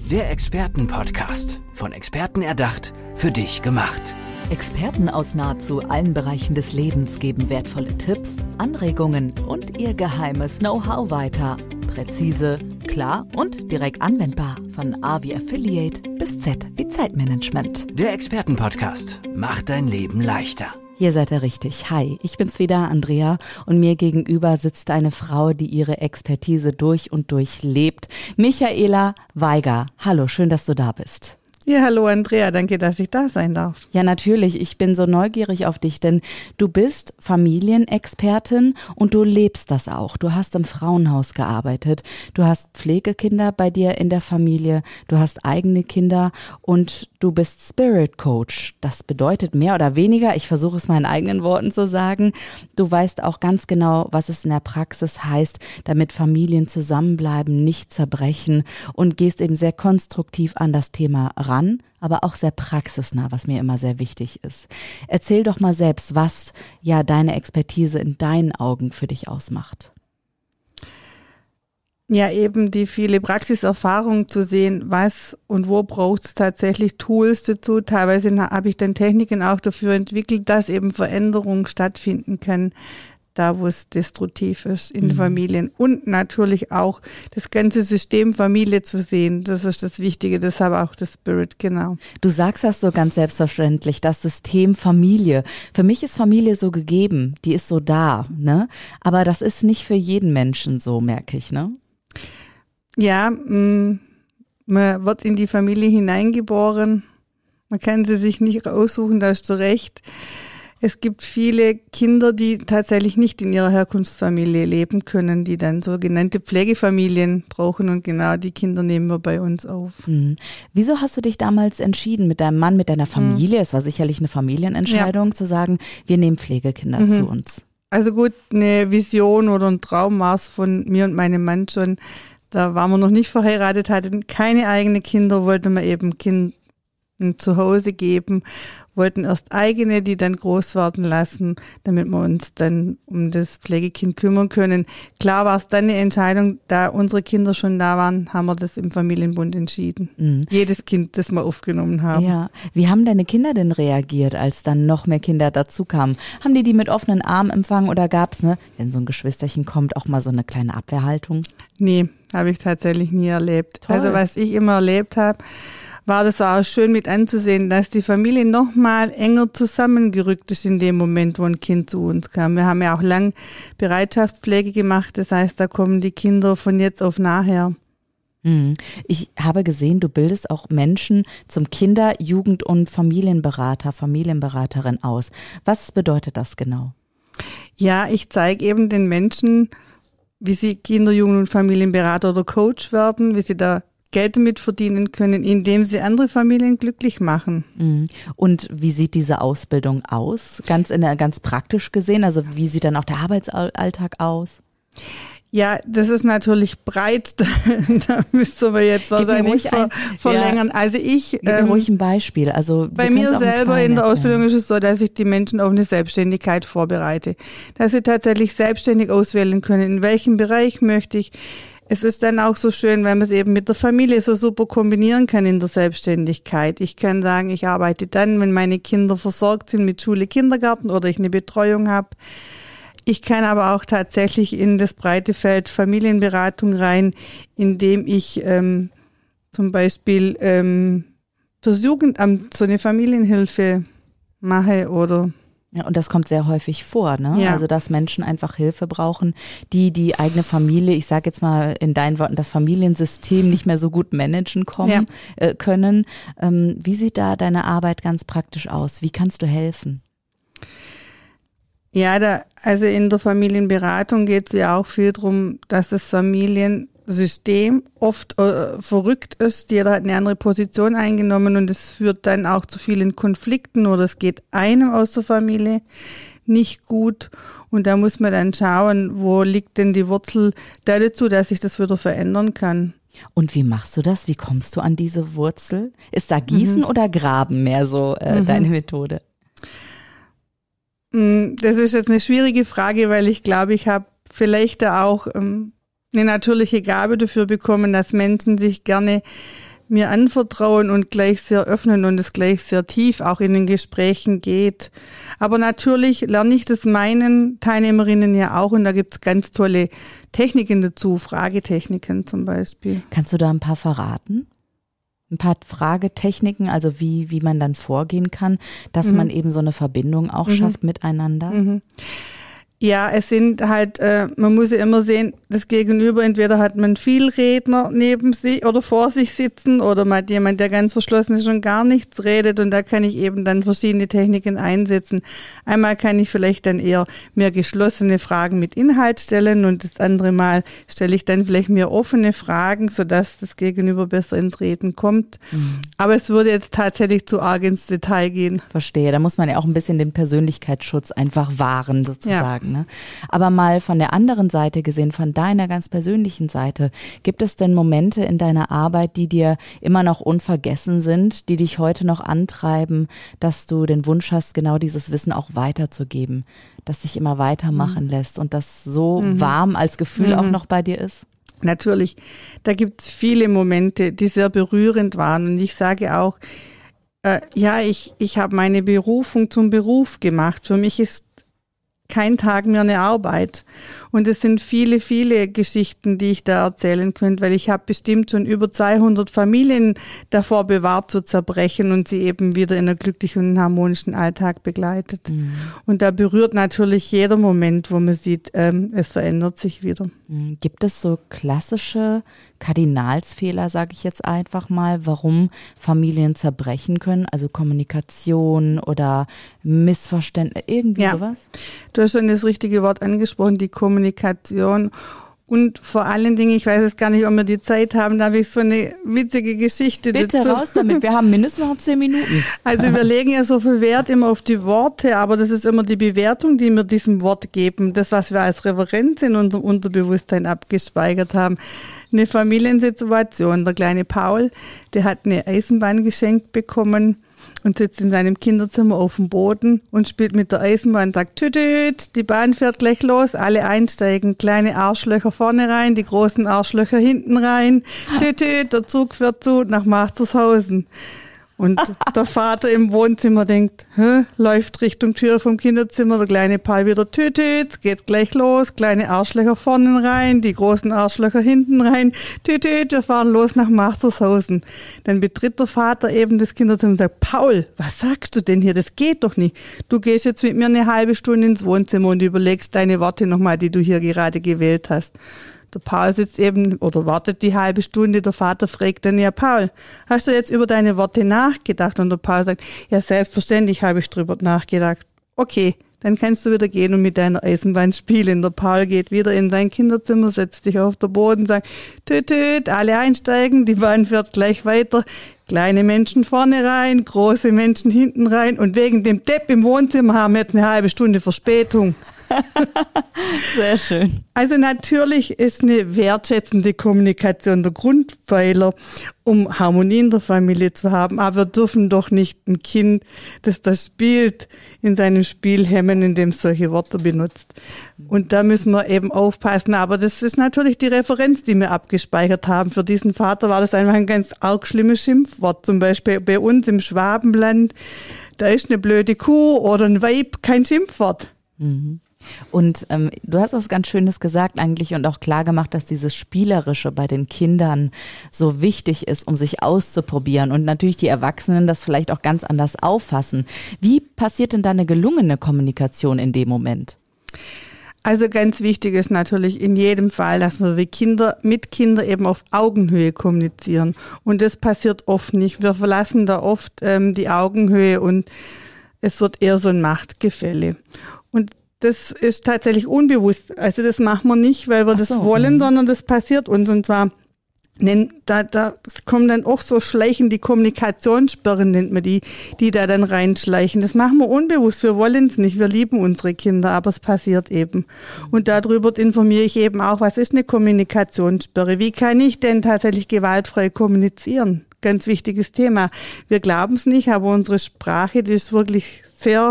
Der Expertenpodcast. Von Experten erdacht, für dich gemacht. Experten aus nahezu allen Bereichen des Lebens geben wertvolle Tipps, Anregungen und ihr geheimes Know-how weiter. Präzise, klar und direkt anwendbar. Von A wie Affiliate bis Z wie Zeitmanagement. Der Expertenpodcast macht dein Leben leichter. Hier seid ihr richtig. Hi, ich bin's wieder, Andrea, und mir gegenüber sitzt eine Frau, die ihre Expertise durch und durch lebt. Michaela Weiger. Hallo, schön, dass du da bist. Ja, hallo Andrea, danke, dass ich da sein darf. Ja, natürlich, ich bin so neugierig auf dich, denn du bist Familienexpertin und du lebst das auch. Du hast im Frauenhaus gearbeitet, du hast Pflegekinder bei dir in der Familie, du hast eigene Kinder und du bist Spirit Coach. Das bedeutet mehr oder weniger, ich versuche es mal in eigenen Worten zu sagen, du weißt auch ganz genau, was es in der Praxis heißt, damit Familien zusammenbleiben, nicht zerbrechen und gehst eben sehr konstruktiv an das Thema ran, aber auch sehr praxisnah, was mir immer sehr wichtig ist. Erzähl doch mal selbst, was ja deine Expertise in deinen Augen für dich ausmacht. Ja, eben die viele Praxiserfahrung zu sehen, was und wo braucht es tatsächlich Tools dazu. Teilweise habe ich dann Techniken auch dafür entwickelt, dass eben Veränderungen stattfinden kann, da wo es destruktiv ist in Familien. Und natürlich auch das ganze System Familie zu sehen. Das ist das Wichtige, deshalb auch das Spirit, genau. Du sagst das so ganz selbstverständlich, das System Familie. Für mich ist Familie so gegeben, die ist so da, ne? Aber das ist nicht für jeden Menschen so, merke ich, ne? Ja, man wird in die Familie hineingeboren. Man kann sie sich nicht aussuchen, da hast du recht. Es gibt viele Kinder, die tatsächlich nicht in ihrer Herkunftsfamilie leben können, die dann sogenannte Pflegefamilien brauchen und genau die Kinder nehmen wir bei uns auf. Wieso hast du dich damals entschieden mit deinem Mann, mit deiner Familie, es war sicherlich eine Familienentscheidung, zu sagen, wir nehmen Pflegekinder zu uns? Also gut, eine Vision oder ein Traum war es von mir und meinem Mann schon. Da waren wir noch nicht verheiratet, hatten keine eigenen Kinder, wollten wir eben Kinder ein Zuhause geben, wollten erst eigene, die dann groß werden lassen, damit wir uns dann um das Pflegekind kümmern können. Klar war es dann eine Entscheidung, da unsere Kinder schon da waren, haben wir das im Familienbund entschieden. Jedes Kind, das wir aufgenommen haben. Ja, wie haben deine Kinder denn reagiert, als dann noch mehr Kinder dazu kamen? Haben die mit offenen Armen empfangen oder gab es, wenn so ein Geschwisterchen kommt, auch mal so eine kleine Abwehrhaltung? Nee, habe ich tatsächlich nie erlebt. Toll. Also was ich immer erlebt habe, war das auch schön mit anzusehen, dass die Familie noch mal enger zusammengerückt ist in dem Moment, wo ein Kind zu uns kam. Wir haben ja auch lang Bereitschaftspflege gemacht, das heißt, da kommen die Kinder von jetzt auf nachher. Ich habe gesehen, du bildest auch Menschen zum Kinder-, Jugend- und Familienberater, Familienberaterin aus. Was bedeutet das genau? Ja, ich zeige eben den Menschen, wie sie Kinder-, Jugend- und Familienberater oder Coach werden, wie sie da Geld damit verdienen können, indem sie andere Familien glücklich machen. Und wie sieht diese Ausbildung aus? Ganz praktisch gesehen, also wie sieht dann auch der Arbeitsalltag aus? Ja, das ist natürlich breit, da müsste man jetzt wahrscheinlich verlängern. Also gib mir ruhig ein Beispiel. Also bei mir selber in der Ausbildung ist es so, dass ich die Menschen auf eine Selbstständigkeit vorbereite. Dass sie tatsächlich selbstständig auswählen können, in welchem Bereich möchte ich. Es ist dann auch so schön, wenn man es eben mit der Familie so super kombinieren kann in der Selbstständigkeit. Ich kann sagen, ich arbeite dann, wenn meine Kinder versorgt sind mit Schule, Kindergarten oder ich eine Betreuung habe. Ich kann aber auch tatsächlich in das breite Feld Familienberatung rein, indem ich zum Beispiel fürs Jugendamt so eine Familienhilfe mache oder... Ja, und das kommt sehr häufig vor, ne? Ja. Also, dass Menschen einfach Hilfe brauchen, die eigene Familie, ich sage jetzt mal in deinen Worten, das Familiensystem nicht mehr so gut managen können. Wie sieht da deine Arbeit ganz praktisch aus? Wie kannst du helfen? Ja, also in der Familienberatung geht es ja auch viel darum, dass das Familiensystem oft verrückt ist. Jeder hat eine andere Position eingenommen und es führt dann auch zu vielen Konflikten oder es geht einem aus der Familie nicht gut. Und da muss man dann schauen, wo liegt denn die Wurzel dazu, dass sich das wieder verändern kann. Und wie machst du das? Wie kommst du an diese Wurzel? Ist da Gießen oder Graben mehr so deine Methode? Das ist jetzt eine schwierige Frage, weil ich glaube, ich habe vielleicht da auch eine natürliche Gabe dafür bekommen, dass Menschen sich gerne mir anvertrauen und gleich sehr öffnen und es gleich sehr tief auch in den Gesprächen geht. Aber natürlich lerne ich das meinen Teilnehmerinnen ja auch und da gibt's ganz tolle Techniken dazu, Fragetechniken zum Beispiel. Kannst du da ein paar verraten? Ein paar Fragetechniken, also wie man dann vorgehen kann, dass man eben so eine Verbindung auch schafft miteinander? Ja, es sind halt, man muss ja immer sehen, das Gegenüber, entweder hat man viel Redner neben sich oder vor sich sitzen oder man hat jemand, der ganz verschlossen ist und gar nichts redet und da kann ich eben dann verschiedene Techniken einsetzen. Einmal kann ich vielleicht dann eher mehr geschlossene Fragen mit Inhalt stellen und das andere Mal stelle ich dann vielleicht mehr offene Fragen, sodass das Gegenüber besser ins Reden kommt. Aber es würde jetzt tatsächlich zu arg ins Detail gehen. Verstehe, da muss man ja auch ein bisschen den Persönlichkeitsschutz einfach wahren sozusagen. Ja. Ne? Aber mal von der anderen Seite gesehen, von deiner ganz persönlichen Seite, gibt es denn Momente in deiner Arbeit, die dir immer noch unvergessen sind, die dich heute noch antreiben, dass du den Wunsch hast, genau dieses Wissen auch weiterzugeben, das dich immer weitermachen lässt und das so warm als Gefühl auch noch bei dir ist? Natürlich, da gibt es viele Momente, die sehr berührend waren und ich sage auch, ich habe meine Berufung zum Beruf gemacht. Für mich ist kein Tag mehr eine Arbeit. Und es sind viele, viele Geschichten, die ich da erzählen könnte, weil ich habe bestimmt schon über 200 Familien davor bewahrt zu zerbrechen und sie eben wieder in einen glücklichen und harmonischen Alltag begleitet. Und da berührt natürlich jeder Moment, wo man sieht, es verändert sich wieder. Gibt es so klassische Kardinalsfehler, sage ich jetzt einfach mal, warum Familien zerbrechen können? Also Kommunikation oder Missverständnis, irgendwie sowas? Du hast schon das richtige Wort angesprochen, die Kommunikation. Und vor allen Dingen, ich weiß jetzt gar nicht, ob wir die Zeit haben, da habe ich so eine witzige Geschichte dazu. Bitte raus damit, wir haben mindestens noch 10 Minuten. Also wir legen ja so viel Wert immer auf die Worte, aber das ist immer die Bewertung, die wir diesem Wort geben. Das, was wir als Referenz in unserem Unterbewusstsein abgespeichert haben. Eine Familiensituation, der kleine Paul, der hat eine Eisenbahn geschenkt bekommen und sitzt in seinem Kinderzimmer auf dem Boden und spielt mit der Eisenbahn und sagt, tütüt, die Bahn fährt gleich los, alle einsteigen, kleine Arschlöcher vorne rein, die großen Arschlöcher hinten rein, tütüt, der Zug fährt zu nach Mastershausen. Und der Vater im Wohnzimmer denkt, läuft Richtung Tür vom Kinderzimmer, der kleine Paul wieder, tütüt, geht gleich los, kleine Arschlöcher vorne rein, die großen Arschlöcher hinten rein, tütüt, wir fahren los nach Mastershausen. Dann betritt der Vater eben das Kinderzimmer und sagt, Paul, was sagst du denn hier, das geht doch nicht. Du gehst jetzt mit mir eine halbe Stunde ins Wohnzimmer und überlegst deine Worte nochmal, die du hier gerade gewählt hast. Der Paul sitzt eben oder wartet die halbe Stunde. Der Vater fragt dann, ja Paul, hast du jetzt über deine Worte nachgedacht? Und der Paul sagt, ja selbstverständlich habe ich drüber nachgedacht. Okay, dann kannst du wieder gehen und mit deiner Eisenbahn spielen. Der Paul geht wieder in sein Kinderzimmer, setzt sich auf den Boden, sagt, tüt, tüt, alle einsteigen, die Bahn fährt gleich weiter. Kleine Menschen vorne rein, große Menschen hinten rein und wegen dem Depp im Wohnzimmer haben wir jetzt eine halbe Stunde Verspätung. Sehr schön. Also natürlich ist eine wertschätzende Kommunikation der Grundpfeiler, um Harmonie in der Familie zu haben. Aber wir dürfen doch nicht ein Kind, das spielt, in seinem Spiel hemmen, indem es solche Worte benutzt. Und da müssen wir eben aufpassen. Aber das ist natürlich die Referenz, die wir abgespeichert haben. Für diesen Vater war das einfach ein ganz arg schlimmes Schimpfwort. Zum Beispiel bei uns im Schwabenland, da ist eine blöde Kuh oder ein Weib kein Schimpfwort. Und du hast was ganz Schönes gesagt eigentlich und auch klar gemacht, dass dieses Spielerische bei den Kindern so wichtig ist, um sich auszuprobieren und natürlich die Erwachsenen das vielleicht auch ganz anders auffassen. Wie passiert denn da eine gelungene Kommunikation in dem Moment? Also ganz wichtig ist natürlich in jedem Fall, dass wir mit Kindern eben auf Augenhöhe kommunizieren. Und das passiert oft nicht. Wir verlassen da oft die Augenhöhe und es wird eher so ein Machtgefälle. Und das ist tatsächlich unbewusst. Also das machen wir nicht, weil wir das wollen, sondern das passiert uns. Und zwar, da kommen dann auch so schleichen, die Kommunikationssperren nennt man die da dann reinschleichen. Das machen wir unbewusst. Wir wollen es nicht. Wir lieben unsere Kinder, aber es passiert eben. Und darüber informiere ich eben auch, was ist eine Kommunikationssperre? Wie kann ich denn tatsächlich gewaltfrei kommunizieren? Ganz wichtiges Thema. Wir glauben es nicht, aber unsere Sprache, die ist wirklich sehr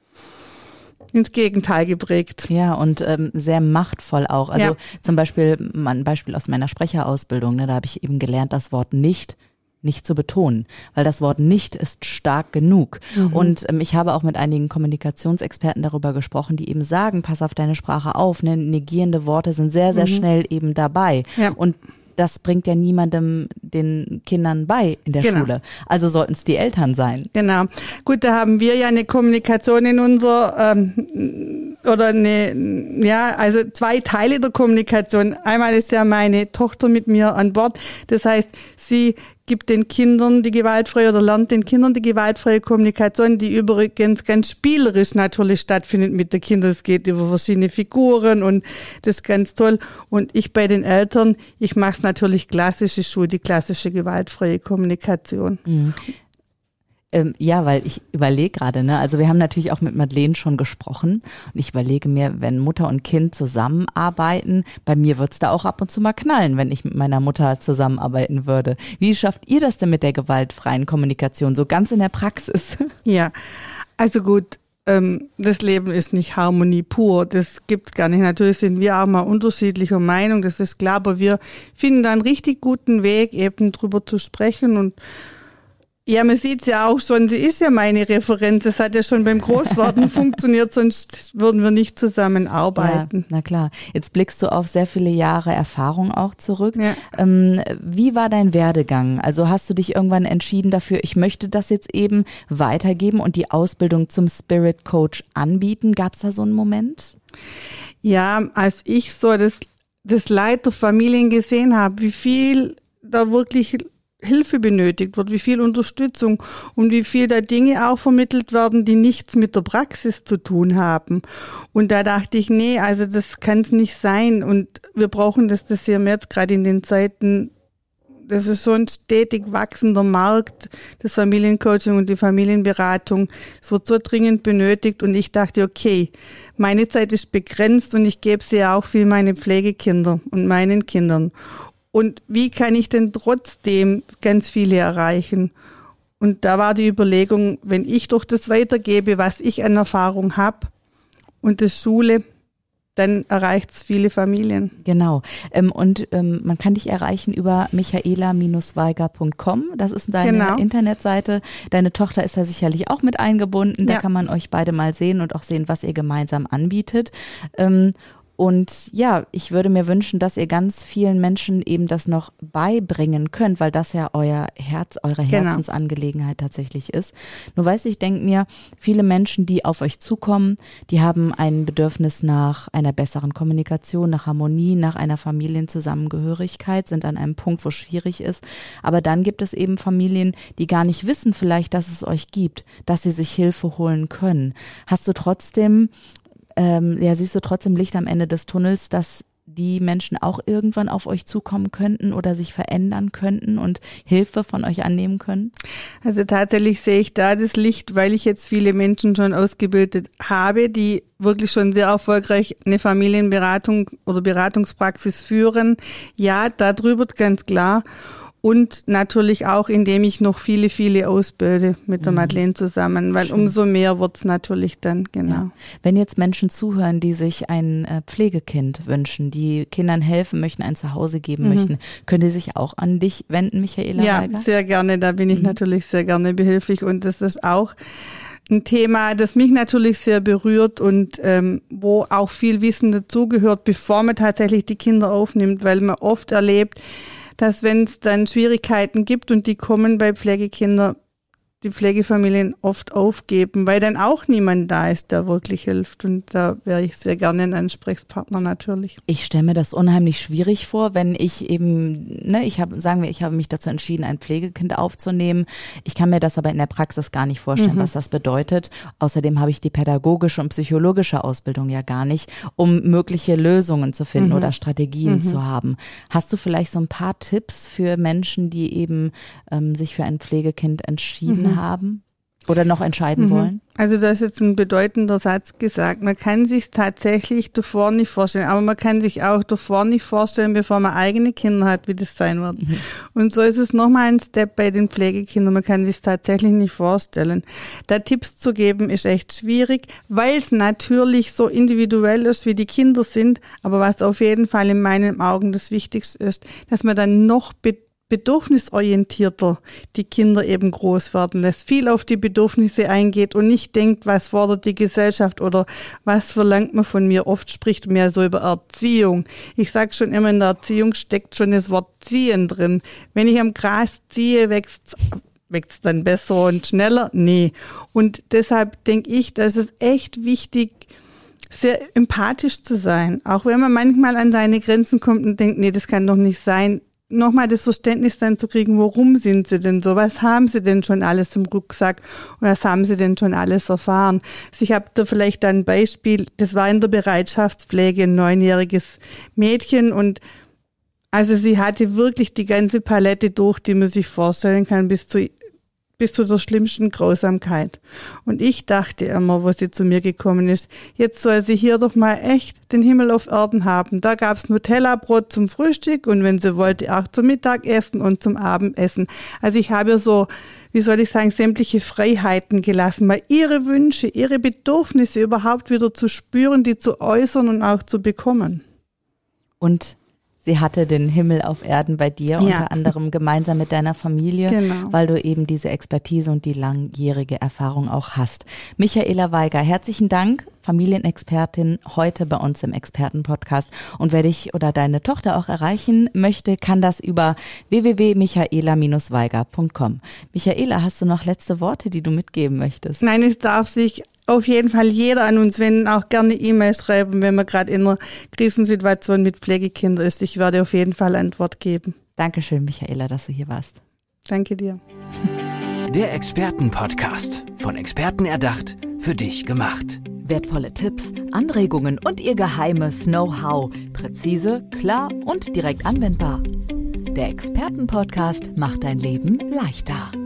ins Gegenteil geprägt. Ja, und sehr machtvoll auch. Also zum Beispiel, ein Beispiel aus meiner Sprecherausbildung, da habe ich eben gelernt, das Wort nicht nicht zu betonen, weil das Wort nicht ist stark genug. Und ich habe auch mit einigen Kommunikationsexperten darüber gesprochen, die eben sagen, pass auf deine Sprache auf, ne? Negierende Worte sind sehr, sehr schnell eben dabei. Ja. Und das bringt ja niemandem den Kindern bei in der Schule. Also sollten es die Eltern sein. Genau. Gut, da haben wir ja eine Kommunikation in unserer, also 2 Teile der Kommunikation. Einmal ist ja meine Tochter mit mir an Bord. Das heißt, sie gibt den Kindern die gewaltfreie oder lernt den Kindern die gewaltfreie Kommunikation, die übrigens ganz spielerisch natürlich stattfindet mit den Kindern. Es geht über verschiedene Figuren und das ist ganz toll. Und ich bei den Eltern, ich mache es natürlich klassische Schule, die klassische gewaltfreie Kommunikation. Mhm. Ja, weil ich überlege gerade, ne, also wir haben natürlich auch mit Madeleine schon gesprochen und ich überlege mir, wenn Mutter und Kind zusammenarbeiten, bei mir wird's da auch ab und zu mal knallen, wenn ich mit meiner Mutter zusammenarbeiten würde. Wie schafft ihr das denn mit der gewaltfreien Kommunikation, so ganz in der Praxis? Ja, also gut, das Leben ist nicht Harmonie pur, das gibt's gar nicht. Natürlich sind wir auch mal unterschiedlicher Meinung, das ist klar, aber wir finden da einen richtig guten Weg, eben drüber zu sprechen und ja, man sieht es ja auch schon, sie ist ja meine Referenz. Das hat ja schon beim Großwerden funktioniert, sonst würden wir nicht zusammenarbeiten. Ja, na klar. Jetzt blickst du auf sehr viele Jahre Erfahrung auch zurück. Ja. Wie war dein Werdegang? Also hast du dich irgendwann entschieden dafür, ich möchte das jetzt eben weitergeben und die Ausbildung zum Spirit Coach anbieten? Gab es da so einen Moment? Ja, als ich so das Leid der Familien gesehen habe, wie viel da wirklich Hilfe benötigt wird, wie viel Unterstützung und wie viel da Dinge auch vermittelt werden, die nichts mit der Praxis zu tun haben. Und da dachte ich, nee, also das kann es nicht sein und wir brauchen das sehen wir jetzt gerade in den Zeiten, das ist so ein stetig wachsender Markt, das Familiencoaching und die Familienberatung. Es wird so dringend benötigt und ich dachte, okay, meine Zeit ist begrenzt und ich gebe sie ja auch viel meinen Pflegekinder und meinen Kindern. Und wie kann ich denn trotzdem ganz viele erreichen? Und da war die Überlegung, wenn ich doch das weitergebe, was ich an Erfahrung habe und das Schule, dann erreicht es viele Familien. Genau. Und man kann dich erreichen über michaela-weiger.com. Das ist deine Internetseite. Deine Tochter ist da sicherlich auch mit eingebunden. Da kann man euch beide mal sehen und auch sehen, was ihr gemeinsam anbietet. Und ja, ich würde mir wünschen, dass ihr ganz vielen Menschen eben das noch beibringen könnt, weil das ja eure Herzensangelegenheit tatsächlich ist. Nur weiß ich, denke mir, viele Menschen, die auf euch zukommen, die haben ein Bedürfnis nach einer besseren Kommunikation, nach Harmonie, nach einer Familienzusammengehörigkeit, sind an einem Punkt, wo es schwierig ist. Aber dann gibt es eben Familien, die gar nicht wissen vielleicht, dass es euch gibt, dass sie sich Hilfe holen können. Siehst du trotzdem Licht am Ende des Tunnels, dass die Menschen auch irgendwann auf euch zukommen könnten oder sich verändern könnten und Hilfe von euch annehmen können? Also tatsächlich sehe ich da das Licht, weil ich jetzt viele Menschen schon ausgebildet habe, die wirklich schon sehr erfolgreich eine Familienberatung oder Beratungspraxis führen. Ja, darüber ganz klar. Und natürlich auch, indem ich noch viele, viele ausbilde mit der Madeleine zusammen, weil umso mehr wird's natürlich dann, genau. Ja. Wenn jetzt Menschen zuhören, die sich ein Pflegekind wünschen, die Kindern helfen möchten, ein Zuhause geben möchten, können die sich auch an dich wenden, Michaela Weiger? Ja, sehr gerne, da bin ich natürlich sehr gerne behilflich und das ist auch ein Thema, das mich natürlich sehr berührt und wo auch viel Wissen dazugehört, bevor man tatsächlich die Kinder aufnimmt, weil man oft erlebt, dass wenn es dann Schwierigkeiten gibt und die kommen bei Pflegekindern, die Pflegefamilien oft aufgeben, weil dann auch niemand da ist, der wirklich hilft. Und da wäre ich sehr gerne ein Ansprechpartner natürlich. Ich stelle mir das unheimlich schwierig vor, wenn ich eben, ich habe mich dazu entschieden, ein Pflegekind aufzunehmen. Ich kann mir das aber in der Praxis gar nicht vorstellen, was das bedeutet. Außerdem habe ich die pädagogische und psychologische Ausbildung ja gar nicht, um mögliche Lösungen zu finden oder Strategien zu haben. Hast du vielleicht so ein paar Tipps für Menschen, die eben sich für ein Pflegekind entschieden haben oder noch entscheiden wollen? Also da ist jetzt ein bedeutender Satz gesagt. Man kann sich tatsächlich davor nicht vorstellen, aber man kann sich auch davor nicht vorstellen, bevor man eigene Kinder hat, wie das sein wird. Und so ist es nochmal ein Step bei den Pflegekindern. Man kann sich tatsächlich nicht vorstellen. Da Tipps zu geben ist echt schwierig, weil es natürlich so individuell ist, wie die Kinder sind. Aber was auf jeden Fall in meinen Augen das Wichtigste ist, dass man dann noch bedürfnisorientierter die Kinder eben groß werden lässt, viel auf die Bedürfnisse eingeht und nicht denkt, was fordert die Gesellschaft oder was verlangt man von mir. Oft spricht man ja so über Erziehung. Ich sage schon immer, in der Erziehung steckt schon das Wort ziehen drin. Wenn ich am Gras ziehe, wächst es dann besser und schneller? Nee. Und deshalb denke ich, dass es echt wichtig, sehr empathisch zu sein. Auch wenn man manchmal an seine Grenzen kommt und denkt, nee, das kann doch nicht sein. Nochmal das Verständnis dann zu kriegen, warum sind sie denn so? Was haben sie denn schon alles im Rucksack? Und was haben sie denn schon alles erfahren? Also ich habe da vielleicht ein Beispiel, das war in der Bereitschaftspflege ein 9-jähriges Mädchen und also sie hatte wirklich die ganze Palette durch, die man sich vorstellen kann, bis zu der schlimmsten Grausamkeit. Und ich dachte immer, wo sie zu mir gekommen ist, jetzt soll sie hier doch mal echt den Himmel auf Erden haben. Da gab's Nutella-Brot zum Frühstück und wenn sie wollte, auch zum Mittagessen und zum Abendessen. Also ich habe ihr so, wie soll ich sagen, sämtliche Freiheiten gelassen, mal ihre Wünsche, ihre Bedürfnisse überhaupt wieder zu spüren, die zu äußern und auch zu bekommen. Und sie hatte den Himmel auf Erden bei dir, unter anderem gemeinsam mit deiner Familie, genau, weil du eben diese Expertise und die langjährige Erfahrung auch hast. Michaela Weiger, herzlichen Dank, Familienexpertin, heute bei uns im Expertenpodcast. Und wer dich oder deine Tochter auch erreichen möchte, kann das über www.michaela-weiger.com. Michaela, hast du noch letzte Worte, die du mitgeben möchtest? Nein, es darf sich auf jeden Fall jeder an uns wenden, auch gerne E-Mail schreiben, wenn man gerade in einer Krisensituation mit Pflegekindern ist. Ich werde auf jeden Fall Antwort geben. Dankeschön, Michaela, dass du hier warst. Danke dir. Der Expertenpodcast, von Experten erdacht, für dich gemacht. Wertvolle Tipps, Anregungen und ihr geheimes Know-how. Präzise, klar und direkt anwendbar. Der Expertenpodcast macht dein Leben leichter.